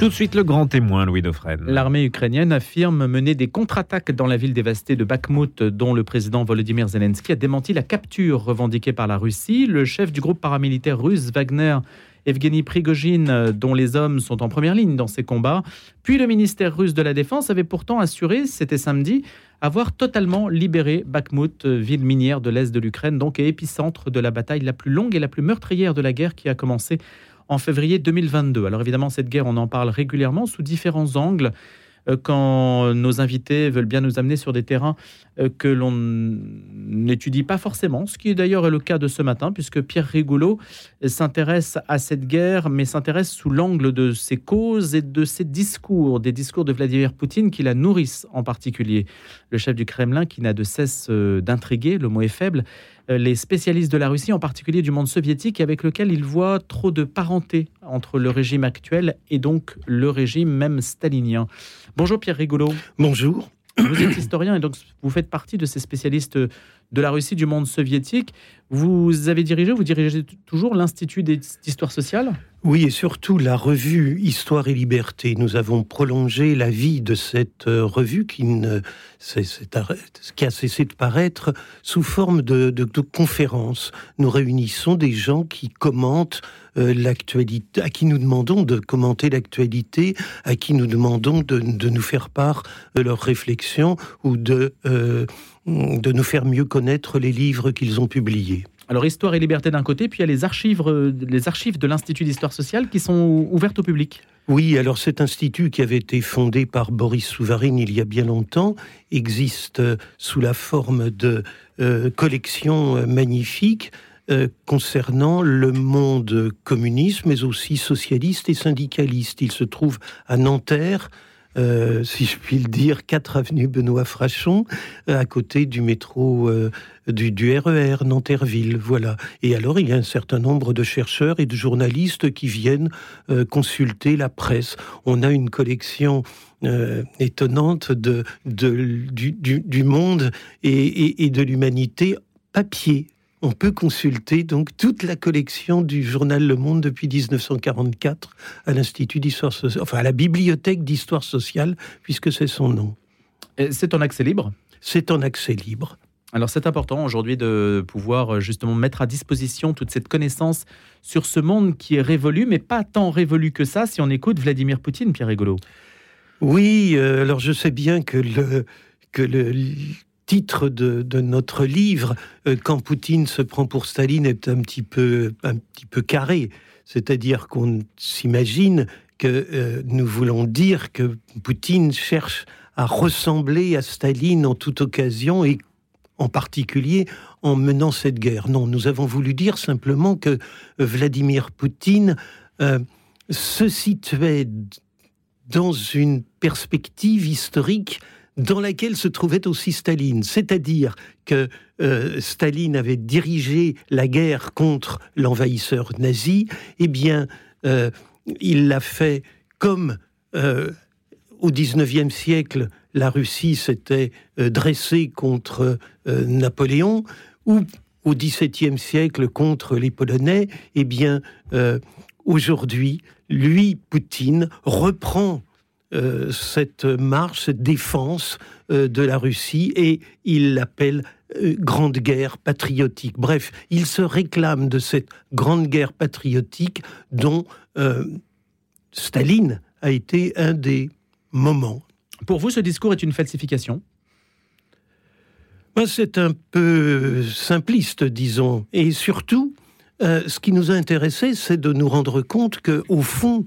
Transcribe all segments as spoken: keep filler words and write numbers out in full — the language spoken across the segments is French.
Tout de suite, le grand témoin, Louis Dauphren. L'armée ukrainienne affirme mener des contre-attaques dans la ville dévastée de Bakhmout, dont le président Volodymyr Zelensky a démenti la capture revendiquée par la Russie. Le chef du groupe paramilitaire russe Wagner, Evgeny Prigojine, dont les hommes sont en première ligne dans ces combats. Puis le ministère russe de la Défense avait pourtant assuré, c'était samedi, avoir totalement libéré Bakhmout, ville minière de l'est de l'Ukraine, donc et épicentre de la bataille la plus longue et la plus meurtrière de la guerre qui a commencé en février deux mille vingt-deux. Alors évidemment, cette guerre, on en parle régulièrement sous différents angles. Quand nos invités veulent bien nous amener sur des terrains que l'on n'étudie pas forcément, ce qui est d'ailleurs le cas de ce matin, puisque Pierre Rigoulot s'intéresse à cette guerre, mais s'intéresse sous l'angle de ses causes et de ses discours, des discours de Vladimir Poutine qui la nourrissent en particulier. Le chef du Kremlin qui n'a de cesse d'intriguer, le mot est faible, les spécialistes de la Russie, en particulier du monde soviétique, avec lequel il voit trop de parenté entre le régime actuel et donc le régime même stalinien. Bonjour Pierre Rigoulot. Bonjour. Vous êtes historien et donc vous faites partie de ces spécialistes de la Russie, du monde soviétique. Vous avez dirigé, vous dirigez toujours l'Institut d'histoire sociale ? Oui, et surtout la revue Histoire et Liberté. Nous avons prolongé la vie de cette revue qui, ne, c'est, c'est, qui a cessé de paraître sous forme de, de, de conférences. Nous réunissons des gens qui commentent euh, l'actualité, à qui nous demandons de commenter l'actualité, à qui nous demandons de, de nous faire part de leurs réflexions ou de, euh, de nous faire mieux connaître les livres qu'ils ont publiés. Alors, Histoire et Liberté d'un côté, puis il y a les archives, les archives de l'Institut d'Histoire sociale qui sont ouvertes au public. Oui, alors cet institut qui avait été fondé par Boris Souvarine il y a bien longtemps existe sous la forme de euh, collections magnifiques euh, concernant le monde communiste, mais aussi socialiste et syndicaliste. Il se trouve à Nanterre, Euh, si je puis le dire, quatre avenue Benoît Frachon, euh, à côté du métro, euh, du, du R E R, Nanterre-Ville, voilà. Et alors, il y a un certain nombre de chercheurs et de journalistes qui viennent euh, consulter la presse. On a une collection euh, étonnante de, de, du, du, du monde et, et, et de l'humanité papier. On peut consulter donc toute la collection du journal Le Monde depuis dix-neuf cent quarante-quatre à l'Institut d'Histoire sociale, enfin à la Bibliothèque d'Histoire sociale, puisque c'est son nom. Et c'est en accès libre ? C'est en accès libre. Alors c'est important aujourd'hui de pouvoir justement mettre à disposition toute cette connaissance sur ce monde qui est révolu, mais pas tant révolu que ça si on écoute Vladimir Poutine, Pierre Rigoulot. Oui, euh, alors je sais bien que le... Que le titre de, de notre livre, euh, Quand Poutine se prend pour Staline, est un petit peu, un petit peu carré. C'est-à-dire qu'on s'imagine que euh, nous voulons dire que Poutine cherche à ressembler à Staline en toute occasion et en particulier en menant cette guerre. Non, nous avons voulu dire simplement que Vladimir Poutine euh, se situait dans une perspective historique dans laquelle se trouvait aussi Staline. C'est-à-dire que euh, Staline avait dirigé la guerre contre l'envahisseur nazi, eh bien, euh, il l'a fait comme euh, au dix-neuvième siècle, la Russie s'était euh, dressée contre euh, Napoléon, ou au dix-septième siècle contre les Polonais, eh bien, euh, aujourd'hui, lui, Poutine, reprend Euh, cette marche, cette défense euh, de la Russie, et il l'appelle euh, Grande Guerre patriotique. Bref, il se réclame de cette Grande Guerre patriotique dont euh, Staline a été un des moments. Pour vous, ce discours est une falsification ? Ben, c'est un peu simpliste, disons. Et surtout, euh, ce qui nous a intéressés, c'est de nous rendre compte qu'au fond,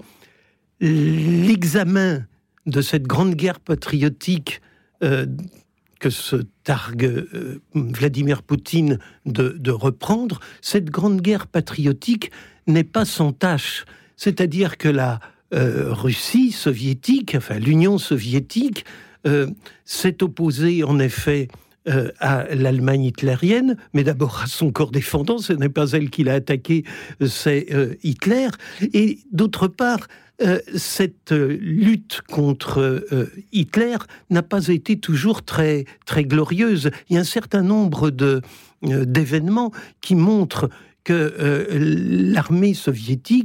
l'examen de cette grande guerre patriotique euh, que se targue euh, Vladimir Poutine de, de reprendre, cette grande guerre patriotique n'est pas sans tâche. C'est-à-dire que la euh, Russie soviétique, enfin l'Union soviétique, euh, s'est opposée en effet Euh, à l'Allemagne hitlérienne, mais d'abord à son corps défendant, ce n'est pas elle qui l'a attaqué, c'est euh, Hitler, et d'autre part, euh, cette euh, lutte contre euh, Hitler n'a pas été toujours très, très glorieuse. Il y a un certain nombre de, euh, d'événements qui montrent que euh, l'armée soviétique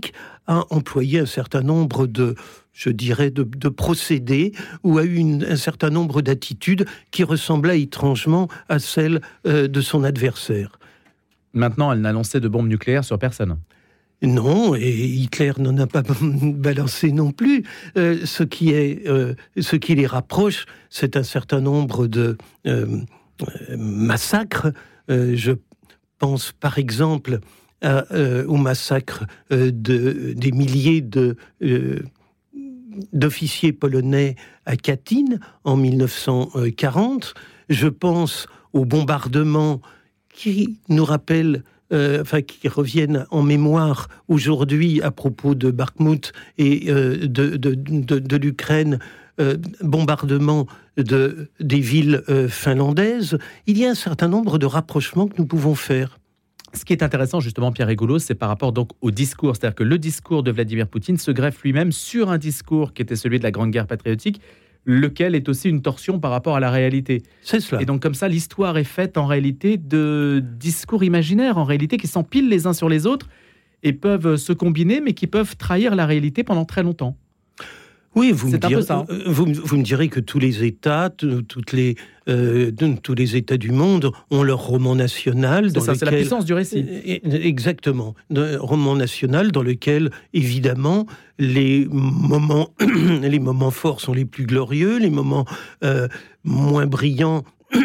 a employé un certain nombre de, je dirais, de, de procédés, ou a eu une, un certain nombre d'attitudes qui ressemblaient étrangement à celles euh, de son adversaire. Maintenant, elle n'a lancé de bombes nucléaires sur personne. Non, et Hitler n'en a pas balancé non plus. Euh, ce, qui est, euh, ce qui les rapproche, c'est un certain nombre de euh, massacres. Euh, je pense par exemple à, euh, au massacre euh, de, des milliers de, euh, d'officiers polonais à Katyn en mille neuf cent quarante. Je pense aux bombardements qui nous rappellent Euh, enfin, qui reviennent en mémoire aujourd'hui à propos de Bakhmout et euh, de, de, de, de l'Ukraine, euh, bombardement de, des villes euh, finlandaises. Il y a un certain nombre de rapprochements que nous pouvons faire. Ce qui est intéressant, justement, Pierre Rigolo, c'est par rapport donc au discours. C'est-à-dire que le discours de Vladimir Poutine se greffe lui-même sur un discours qui était celui de la Grande Guerre patriotique, lequel est aussi une torsion par rapport à la réalité. C'est cela. Et donc, comme ça, l'histoire est faite en réalité de discours imaginaires, en réalité, qui s'empilent les uns sur les autres et peuvent se combiner, mais qui peuvent trahir la réalité pendant très longtemps. Oui, vous, me, C'est un direz, peu ça. vous, vous me direz que tous les États, toutes les, euh, tous les États du monde ont leur roman national. C'est dans ça, lequel, c'est la puissance du récit. Exactement. Un roman national dans lequel, évidemment, les moments, les moments forts sont les plus glorieux, les moments euh, moins brillants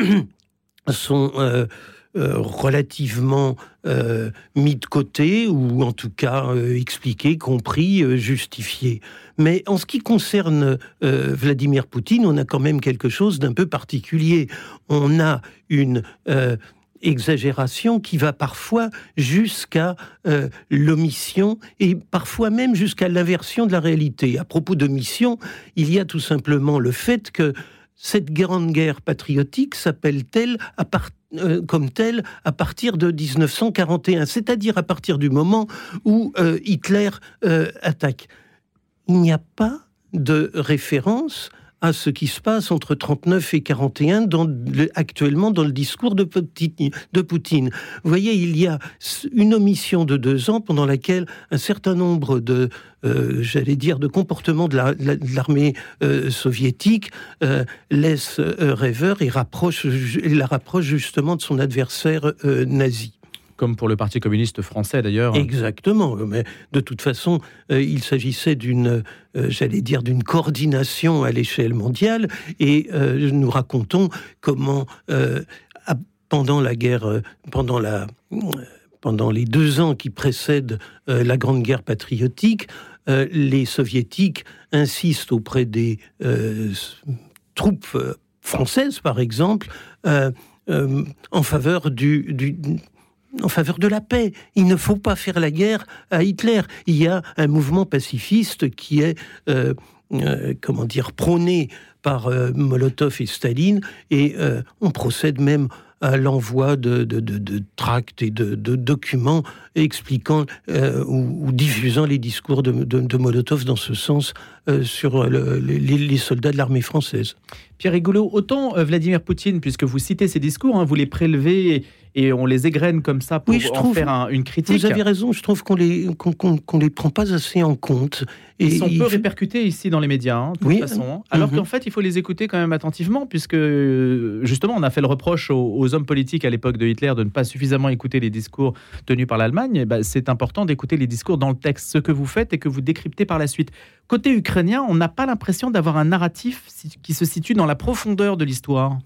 sont... Euh, Euh, relativement euh, mis de côté, ou en tout cas euh, expliqué, compris, euh, justifié. Mais en ce qui concerne euh, Vladimir Poutine, on a quand même quelque chose d'un peu particulier. On a une euh, exagération qui va parfois jusqu'à euh, l'omission et parfois même jusqu'à l'inversion de la réalité. À propos d'omission, il y a tout simplement le fait que cette grande guerre patriotique s'appelle-t-elle à part, euh, comme telle à partir de dix-neuf cent quarante et un, c'est-à-dire à partir du moment où euh, Hitler euh, attaque. Il n'y a pas de référence à ce qui se passe entre trente-neuf et quarante et un dans le, actuellement dans le discours de Poutine, de Poutine. Vous voyez, il y a une omission de deux ans pendant laquelle un certain nombre de, euh, j'allais dire, de comportements de, la, de l'armée euh, soviétique euh, laisse euh, rêveur et, rapproche, et la rapproche justement de son adversaire euh, nazi. Comme pour le Parti communiste français, d'ailleurs. Exactement, mais de toute façon, euh, il s'agissait d'une, euh, j'allais dire, d'une coordination à l'échelle mondiale, et euh, nous racontons comment, euh, à, pendant la guerre, euh, pendant la, euh, pendant les deux ans qui précèdent euh, la Grande Guerre patriotique, euh, les Soviétiques insistent auprès des euh, troupes françaises, par exemple, euh, euh, en faveur du, du en faveur de la paix. Il ne faut pas faire la guerre à Hitler. Il y a un mouvement pacifiste qui est, euh, euh, comment dire, prôné par euh, Molotov et Staline, et euh, on procède même à l'envoi de, de, de, de tracts et de, de documents expliquant euh, ou, ou diffusant les discours de, de, de Molotov dans ce sens euh, sur le, les, les soldats de l'armée française. Pierre Rigolo, autant euh, Vladimir Poutine, puisque vous citez ces discours, hein, vous les prélevez et, et on les égrène comme ça pour oui, je en trouve, faire un, une critique. Vous avez raison, je trouve qu'on les, qu'on, qu'on, qu'on les prend pas assez en compte. Et ils sont il... peu répercutés ici dans les médias, hein, de toute oui, façon. Alors mm-hmm. qu'en fait, il faut les écouter quand même attentivement, puisque justement, on a fait le reproche aux, aux hommes politiques à l'époque de Hitler de ne pas suffisamment écouter les discours tenus par l'Allemagne. Et ben, c'est important d'écouter les discours dans le texte, ce que vous faites et que vous décryptez par la suite. Côté ukrainien, on n'a pas l'impression d'avoir un narratif qui se situe dans la profondeur de l'histoire,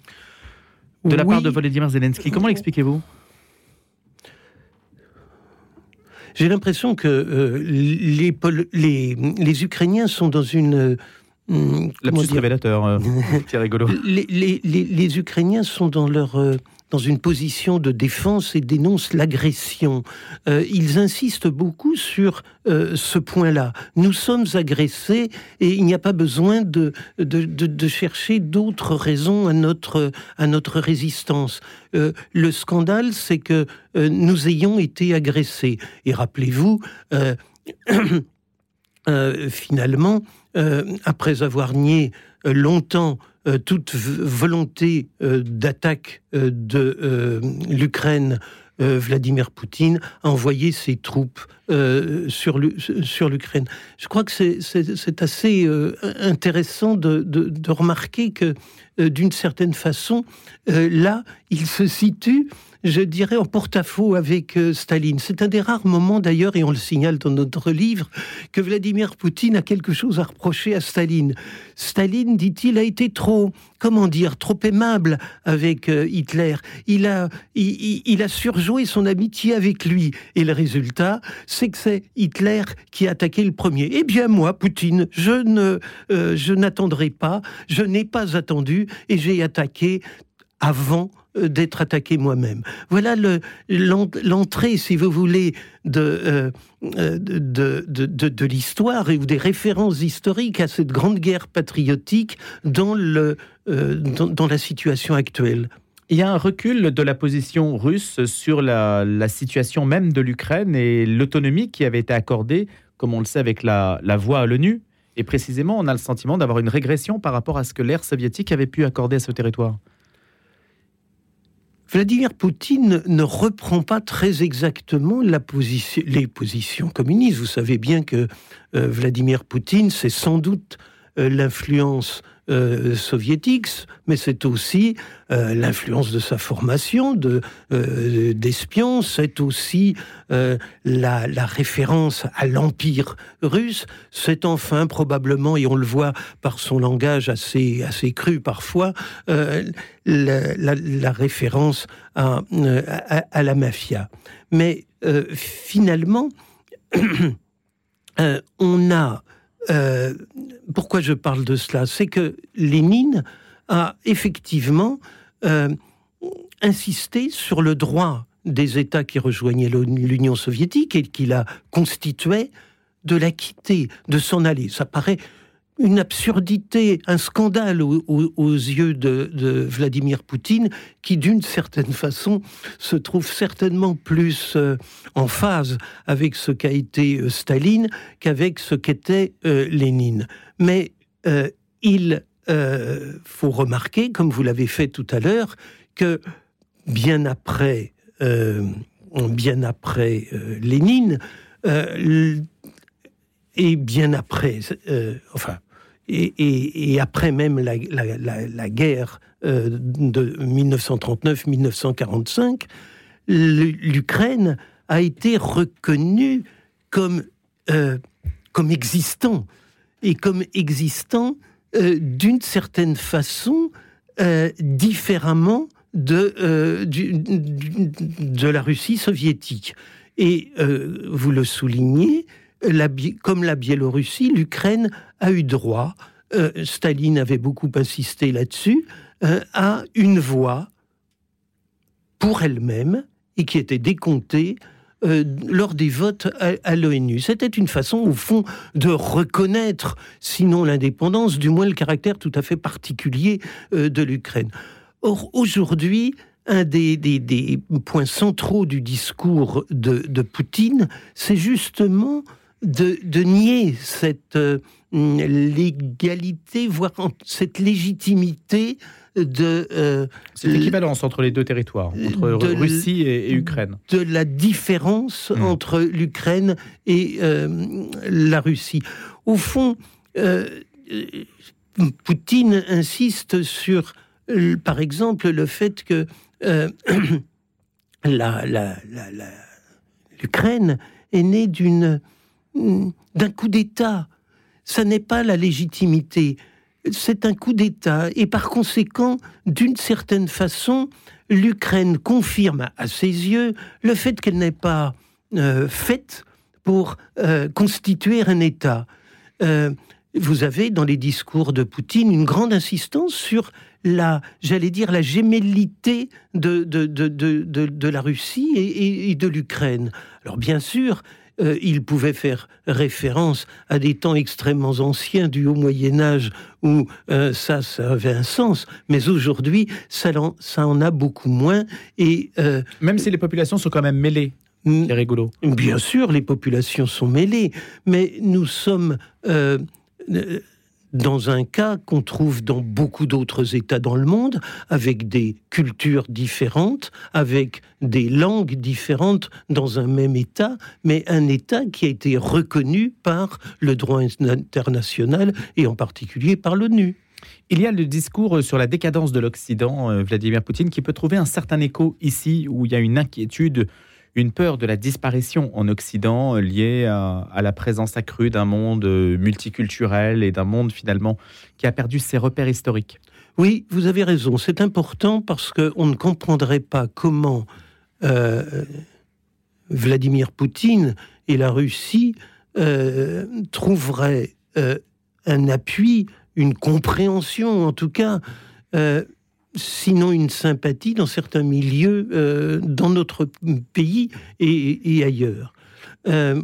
de la oui. part de Volodymyr Zelensky. Comment l'expliquez-vous ? J'ai l'impression que euh, les, les, les Ukrainiens sont dans une... Euh, Lapsus révélateur, euh, c'est rigolo. Les, les, les, les Ukrainiens sont dans leur... Euh, dans une position de défense et dénoncent l'agression. Euh, ils insistent beaucoup sur euh, ce point-là. Nous sommes agressés et il n'y a pas besoin de, de, de, de chercher d'autres raisons à notre, à notre résistance. Euh, le scandale, c'est que euh, nous ayons été agressés. Et rappelez-vous, euh, euh, finalement, euh, après avoir nié euh, longtemps euh, toute v- volonté euh, d'attaque euh, de euh, l'Ukraine, euh, Vladimir Poutine a envoyé ses troupes euh, sur, sur l'Ukraine. Je crois que c'est, c'est, c'est assez euh, intéressant de, de, de remarquer que, euh, d'une certaine façon, euh, là, il se situe, je dirais, en porte-à-faux avec euh, Staline. C'est un des rares moments, d'ailleurs, et on le signale dans notre livre, que Vladimir Poutine a quelque chose à reprocher à Staline. Staline, dit-il, a été trop, comment dire, trop aimable avec euh, Hitler. Il a, il, il, il a surjoué son amitié avec lui. Et le résultat, c'est que c'est Hitler qui a attaqué le premier. Eh bien, moi, Poutine, je ne, euh, je n'attendrai pas, je n'ai pas attendu, et j'ai attaqué avant d'être attaqué moi-même. Voilà le, l'entrée, si vous voulez, de, euh, de, de, de, de l'histoire et ou des références historiques à cette grande guerre patriotique dans, le, euh, dans, dans la situation actuelle. Il y a un recul de la position russe sur la, la situation même de l'Ukraine et l'autonomie qui avait été accordée, comme on le sait, avec la, la voix à l'ONU. Et précisément, on a le sentiment d'avoir une régression par rapport à ce que l'ère soviétique avait pu accorder à ce territoire. Vladimir Poutine ne reprend pas très exactement la position, les positions communistes. Vous savez bien que euh, Vladimir Poutine, c'est sans doute euh, l'influence euh, soviétique, mais c'est aussi euh, l'influence de sa formation de, euh, d'espion, c'est aussi euh, la, la référence à l'Empire russe, c'est enfin probablement, et on le voit par son langage assez, assez cru parfois, euh, la, la, la référence à, à, à la mafia. Mais euh, finalement, euh, on a Euh, pourquoi je parle de cela ? C'est que Lénine a effectivement euh, insisté sur le droit des États qui rejoignaient l'Union soviétique et qui la constituaient de la quitter, de s'en aller. Ça paraît une absurdité, un scandale aux, aux, aux yeux de, de Vladimir Poutine, qui d'une certaine façon se trouve certainement plus euh, en phase avec ce qu'a été euh, Staline qu'avec ce qu'était euh, Lénine. Mais euh, il euh, faut remarquer, comme vous l'avez fait tout à l'heure, que bien après, euh, bien après euh, Lénine, euh, et bien après, euh, enfin, Et, et, et après même la, la, la, la guerre euh, de dix-neuf cent trente-neuf dix-neuf cent quarante-cinq, l'Ukraine a été reconnue comme, euh, comme existant. Et comme existant euh, d'une certaine façon euh, différemment de, euh, du, du, de la Russie soviétique. Et euh, vous le soulignez, La, comme la Biélorussie, l'Ukraine a eu droit, euh, Staline avait beaucoup insisté là-dessus, euh, à une voix pour elle-même et qui était décomptée euh, lors des votes à, à l'ONU. C'était une façon, au fond, de reconnaître, sinon l'indépendance, du moins le caractère tout à fait particulier euh, de l'Ukraine. Or, aujourd'hui, un des, des, des points centraux du discours de, de Poutine, c'est justement De, de nier cette euh, légalité, voire cette légitimité de... Euh, c'est l'équivalence entre les deux territoires, entre de, Russie et, et Ukraine. De la différence mmh. entre l'Ukraine et euh, la Russie. Au fond, euh, Poutine insiste sur, euh, par exemple, le fait que euh, la, la, la, la, l'Ukraine est née d'une... d'un coup d'État. Ça n'est pas la légitimité, c'est un coup d'État. Et par conséquent, d'une certaine façon, l'Ukraine confirme à ses yeux le fait qu'elle n'est pas euh, faite pour euh, constituer un État. Euh, vous avez dans les discours de Poutine une grande insistance sur la, j'allais dire, la gémellité de, de, de, de, de, de la Russie et, et, et de l'Ukraine. Alors bien sûr, Euh, il pouvait faire référence à des temps extrêmement anciens du Haut Moyen-Âge où euh, ça, ça avait un sens, mais aujourd'hui, ça en, ça en a beaucoup moins. Et, euh, même si les populations sont quand même mêlées, c'est rigolo. Bien sûr, les populations sont mêlées, mais nous sommes... Euh, dans un cas qu'on trouve dans beaucoup d'autres États dans le monde, avec des cultures différentes, avec des langues différentes dans un même État, mais un État qui a été reconnu par le droit international et en particulier par l'ONU. Il y a le discours sur la décadence de l'Occident, euh, Vladimir Poutine, qui peut trouver un certain écho ici, où il y a une inquiétude, une peur de la disparition en Occident euh, liée à, à la présence accrue d'un monde euh, multiculturel et d'un monde finalement qui a perdu ses repères historiques. Oui, vous avez raison, c'est important parce qu'on ne comprendrait pas comment euh, Vladimir Poutine et la Russie euh, trouveraient euh, un appui, une compréhension en tout cas, euh, sinon une sympathie dans certains milieux euh, dans notre pays et, et ailleurs. Euh,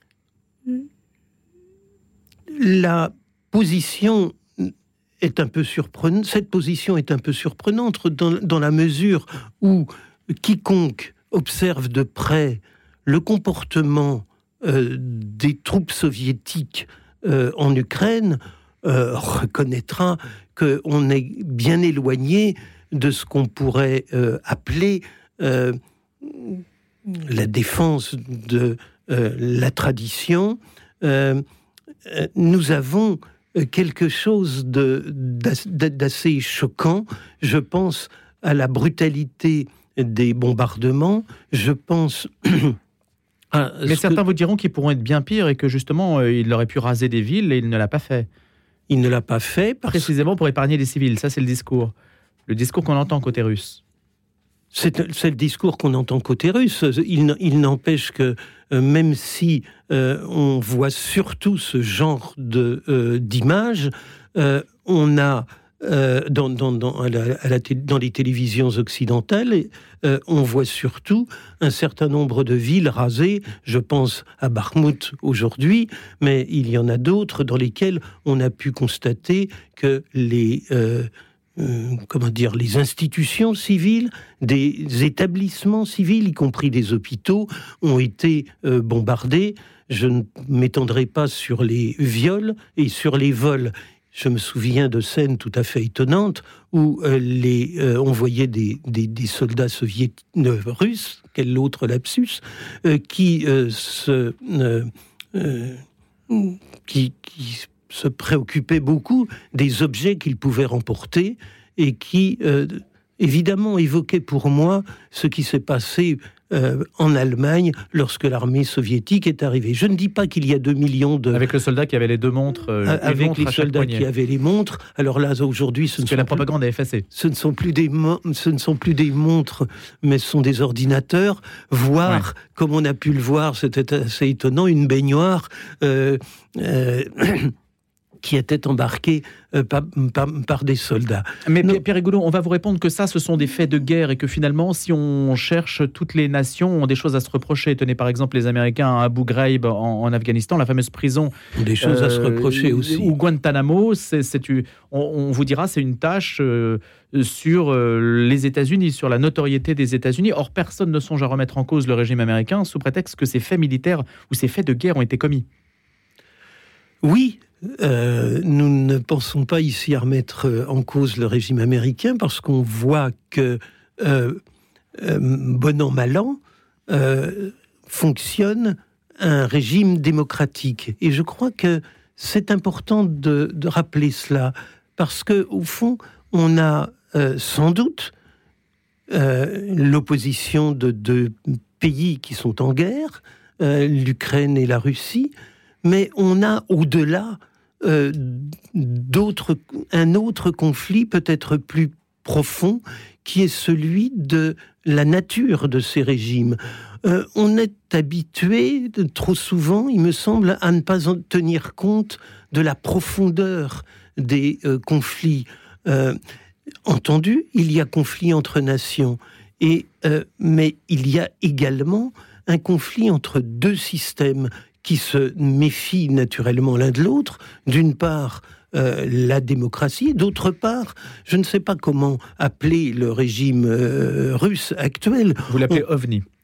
la position est un peu surprenante, cette position est un peu surprenante dans, dans la mesure où quiconque observe de près le comportement euh, des troupes soviétiques euh, en Ukraine Euh, reconnaîtra qu'on est bien éloigné de ce qu'on pourrait euh, appeler euh, la défense de euh, la tradition. Euh, nous avons quelque chose de, d'assez choquant. Je pense à la brutalité des bombardements. Je pense... à Mais certains que... vous diront qu'ils pourront être bien pires et que justement, euh, il aurait pu raser des villes et il ne l'a pas fait. Il ne l'a pas fait parce... Précisément pour épargner les civils, ça c'est le discours. Le discours qu'on entend côté russe. C'est, c'est le discours qu'on entend côté russe. Il, il n'empêche que euh, même si euh, on voit surtout ce genre de, euh, d'images, euh, on a euh, dans, dans, dans, à la, à la, dans les télévisions occidentales, euh, on voit surtout un certain nombre de villes rasées. Je pense à Bakhmout aujourd'hui, mais il y en a d'autres dans lesquelles on a pu constater que les... Euh, Euh, comment dire, les institutions civiles, des établissements civils, y compris des hôpitaux, ont été euh, bombardés. Je ne m'étendrai pas sur les viols et sur les vols. Je me souviens de scènes tout à fait étonnantes où euh, les, euh, on voyait des, des, des soldats soviétiques, euh, russes, quel autre lapsus, euh, qui euh, se... Euh, euh, qui, qui se préoccupait beaucoup des objets qu'ils pouvaient remporter et qui, euh, évidemment, évoquait pour moi ce qui s'est passé euh, en Allemagne lorsque l'armée soviétique est arrivée. Je ne dis pas qu'il y a deux millions de... Avec le soldat qui avait les deux montres. Euh, avec montres les soldats qui avaient les montres. Alors là, aujourd'hui... Ce ne que la propagande a effacé. Ce ne sont plus des, mo- ce ne sont plus des montres, mais ce sont des ordinateurs. Voir, ouais. Comme on a pu le voir, c'était assez étonnant, une baignoire... Euh, euh, qui étaient embarqués euh, par, par, par des soldats. Mais non. Pierre Rigolo, on va vous répondre que ça, ce sont des faits de guerre et que finalement, si on cherche, toutes les nations ont des choses à se reprocher. Tenez par exemple les Américains à Abu Ghraib en, en Afghanistan, la fameuse prison. Des choses euh, à se reprocher aussi. Ou Guantanamo, c'est, c'est, on, on vous dira, c'est une tâche euh, sur euh, les États-Unis, sur la notoriété des États-Unis. Or, personne ne songe à remettre en cause le régime américain sous prétexte que ces faits militaires ou ces faits de guerre ont été commis. Oui, Euh, nous ne pensons pas ici à remettre en cause le régime américain parce qu'on voit que, euh, euh, bon an, mal an, euh, fonctionne un régime démocratique. Et je crois que c'est important de, de rappeler cela parce qu'au fond, on a euh, sans doute euh, l'opposition de deux pays qui sont en guerre, euh, l'Ukraine et la Russie, mais on a au-delà Euh, d'autres, un autre conflit peut-être plus profond qui est celui de la nature de ces régimes. Euh, on est habitué trop souvent, il me semble, à ne pas en tenir compte de la profondeur des euh, conflits. Euh, entendu, il y a conflit entre nations, et, euh, mais il y a également un conflit entre deux systèmes qui se méfient naturellement l'un de l'autre. D'une part, euh, la démocratie, d'autre part, je ne sais pas comment appeler le régime euh, russe actuel. Vous l'appelez On, OVNI.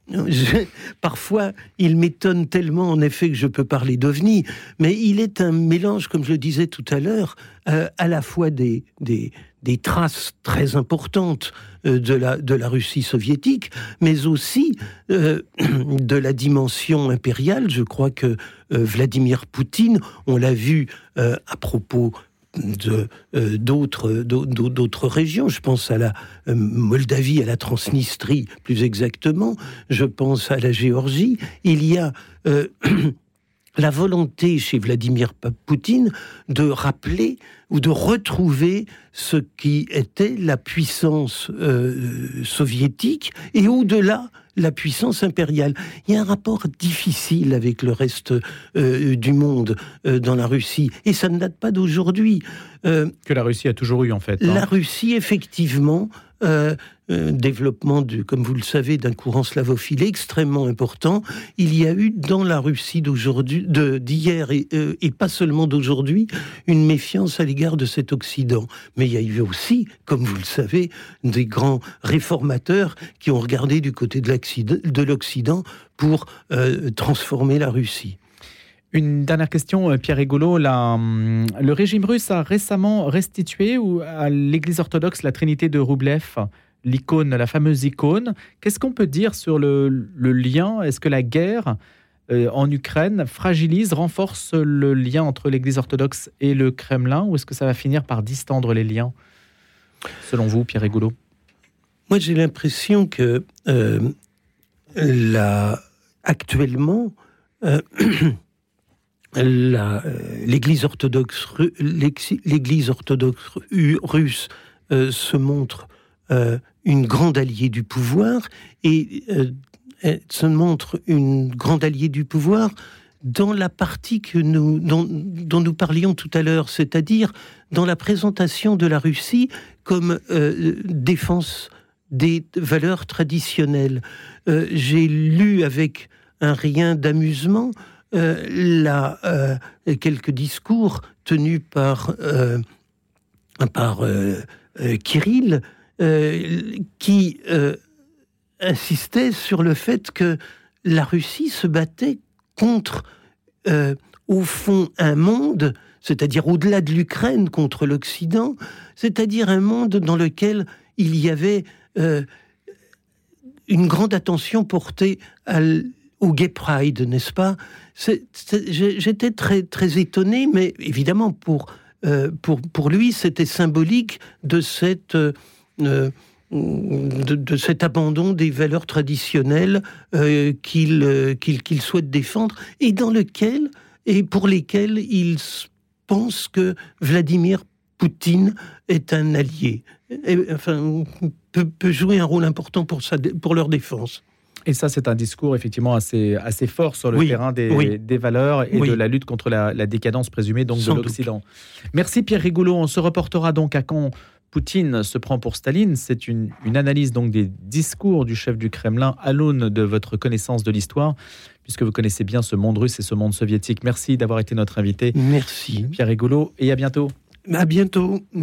je, parfois, il m'étonne tellement, en effet, que je peux parler d'OVNI, mais il est un mélange, comme je le disais tout à l'heure, euh, à la fois des, des, des traces très importantes euh, de, la, de la Russie soviétique, mais aussi euh, de la dimension impériale. Je crois que euh, Vladimir Poutine, on l'a vu euh, à propos de, euh, d'autres, d'autres régions. Je pense à la euh, Moldavie, à la Transnistrie, plus exactement. Je pense à la Géorgie. Il y a euh, la volonté chez Vladimir Poutine de rappeler ou de retrouver ce qui était la puissance euh, soviétique et au-delà la puissance impériale. Il y a un rapport difficile avec le reste euh, du monde euh, dans la Russie, et ça ne date pas d'aujourd'hui. Euh, que la Russie a toujours eu, en fait. Hein. La Russie, effectivement, euh, euh, développement, du, comme vous le savez, d'un courant slavophile extrêmement important. Il y a eu dans la Russie d'aujourd'hui, de, d'hier et, euh, et pas seulement d'aujourd'hui, une méfiance à l'égard de cet Occident. Mais il y a eu aussi, comme vous le savez, des grands réformateurs qui ont regardé du côté de l'Occident, de l'Occident pour euh, transformer la Russie. Une dernière question, Pierre Rigolo. La, le régime russe a récemment restitué à l'Église orthodoxe la Trinité de Roublev, l'icône, la fameuse icône. Qu'est-ce qu'on peut dire sur le, le lien ? Est-ce que la guerre euh, en Ukraine fragilise, renforce le lien entre l'Église orthodoxe et le Kremlin, ou est-ce que ça va finir par distendre les liens, selon vous, Pierre Rigolo ? Moi, j'ai l'impression que euh, la, actuellement, euh, La, euh, l'Église orthodoxe, l'Église orthodoxe russe euh, se montre euh, une grande alliée du pouvoir, et euh, elle se montre une grande alliée du pouvoir dans la partie que nous, dont, dont nous parlions tout à l'heure, c'est-à-dire dans la présentation de la Russie comme euh, défense des valeurs traditionnelles. Euh, j'ai lu avec un rien d'amusement Euh, là, euh, quelques discours tenus par, euh, par euh, euh, Kirill, euh, qui euh, insistait sur le fait que la Russie se battait contre, euh, au fond, un monde, c'est-à-dire au-delà de l'Ukraine, contre l'Occident, c'est-à-dire un monde dans lequel il y avait euh, une grande attention portée à l- au Gay Pride, n'est-ce pas ? c'est, c'est, J'étais très, très étonné, mais évidemment, pour, euh, pour, pour lui, c'était symbolique de, cette, euh, de, de cet abandon des valeurs traditionnelles euh, qu'il, euh, qu'il, qu'il souhaite défendre, et dans lequel, et pour lesquels il pense que Vladimir Poutine est un allié, et, enfin, peut, peut jouer un rôle important pour, sa, pour leur défense. Et ça, c'est un discours effectivement assez, assez fort sur le oui, terrain des, oui. des valeurs et oui. de la lutte contre la, la décadence présumée donc Sans de l'Occident. Doute. Merci Pierre Rigolo. On se reportera donc à quand Poutine se prend pour Staline. C'est une, une analyse donc des discours du chef du Kremlin à l'aune de votre connaissance de l'histoire, puisque vous connaissez bien ce monde russe et ce monde soviétique. Merci d'avoir été notre invité. Merci. Pierre Rigolo, et à bientôt. À bientôt.